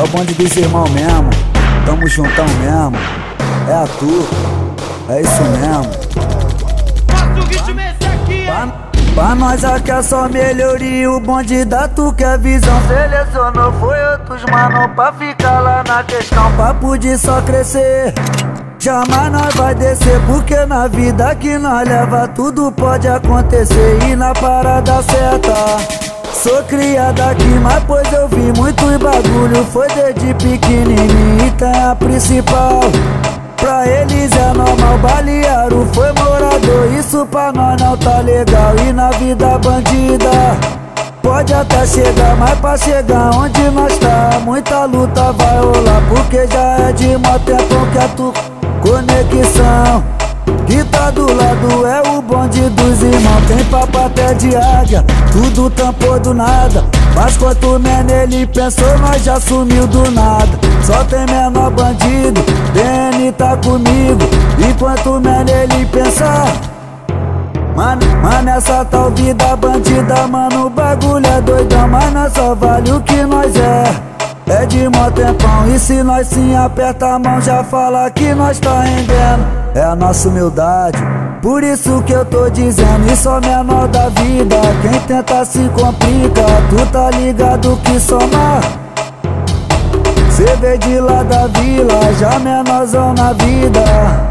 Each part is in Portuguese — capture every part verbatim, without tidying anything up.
É o bonde dos irmãos mesmo, tamo juntão mesmo. É a tu, é isso mesmo. Nosso ritmo é esse aqui, Pra, pra nós aqui é só melhoria, o bonde da tu que é visão. Selecionou, foi outros mano pra ficar lá na questão. Papo de só crescer, jamais nós vai descer, porque na vida que nós leva tudo pode acontecer. E na parada certa sou criada aqui, mas pois eu vi muito bagulho. Foi desde pequenininho e tem a principal. Pra eles é normal, balearam, foi morador. Isso pra nós não tá legal. E na vida bandida pode até chegar, mas pra chegar onde nós tá muita luta vai rolar, porque já é de mó tempão que a tu conexão que tá do lado é o bonde dos irmãos. Tem papo até de águia, tudo tampou do nada. Mas quanto menos ele pensou, nós já sumiu do nada. Só tem menor bandido, D N tá comigo. Enquanto menos ele pensar, Mano, mano, essa tal vida bandida, mano, o bagulho é doidão. Mas nós só vale o que nós é, é de mó tempão. E se nós sim aperta a mão, já fala que nós tá rendendo. É a nossa humildade, por isso que eu tô dizendo. Isso é menor da vida, quem tenta se complica. Tu tá ligado que somar, cê veio de lá da vila, já menorzão na vida.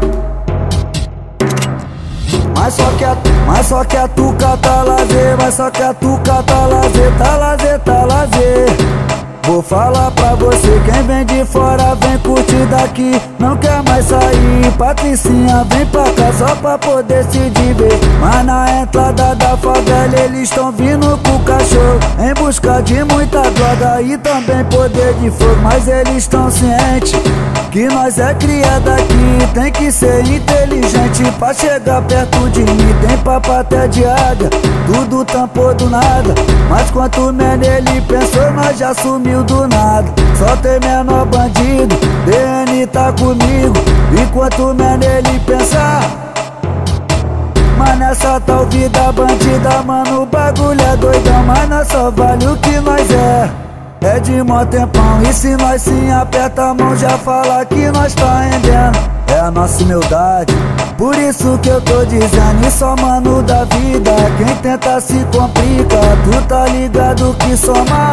Mas só que a, mas só que a tuca tá lazer, mas só que a tuca tá lazer, tá lazer, tá lazer. Vou falar pra você, quem vem de fora vem curtir daqui, não quer mais sair. Patricinha vem pra cá só pra poder se divertir. Mas na entrada da favela eles tão vindo com o cachorro, em busca de muita droga e também poder de fogo. Mas eles tão cientes que nós é criado aqui, tem que ser inteligente pra chegar perto de mim. Tem papo até de águia, tudo tampou do nada. Mas quanto menos ele pensou, nós já sumiu do nada. Só tem menor bandido, D N tá comigo. Enquanto menos ele pensar, mas nessa tal vida bandida, mano, o bagulho é doidão. Mas nós só vale o que nós é, é de mó tempão. E se nós sim aperta a mão, já fala que nós tá rendendo. É a nossa humildade, por isso que eu tô dizendo. Isso é mano da vida, quem tenta se complica. Tu tá ligado que somar,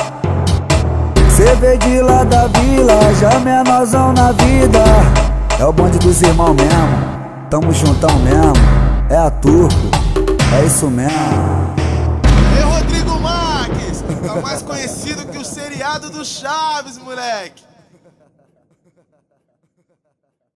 cê veio de lá da vila, já menorzão na vida. É o bonde dos irmãos mesmo, tamo juntão mesmo. É a Turco, é isso mesmo. Ei, Rodrigo Marques, tá mais conhecido que o seriado do Chaves, moleque.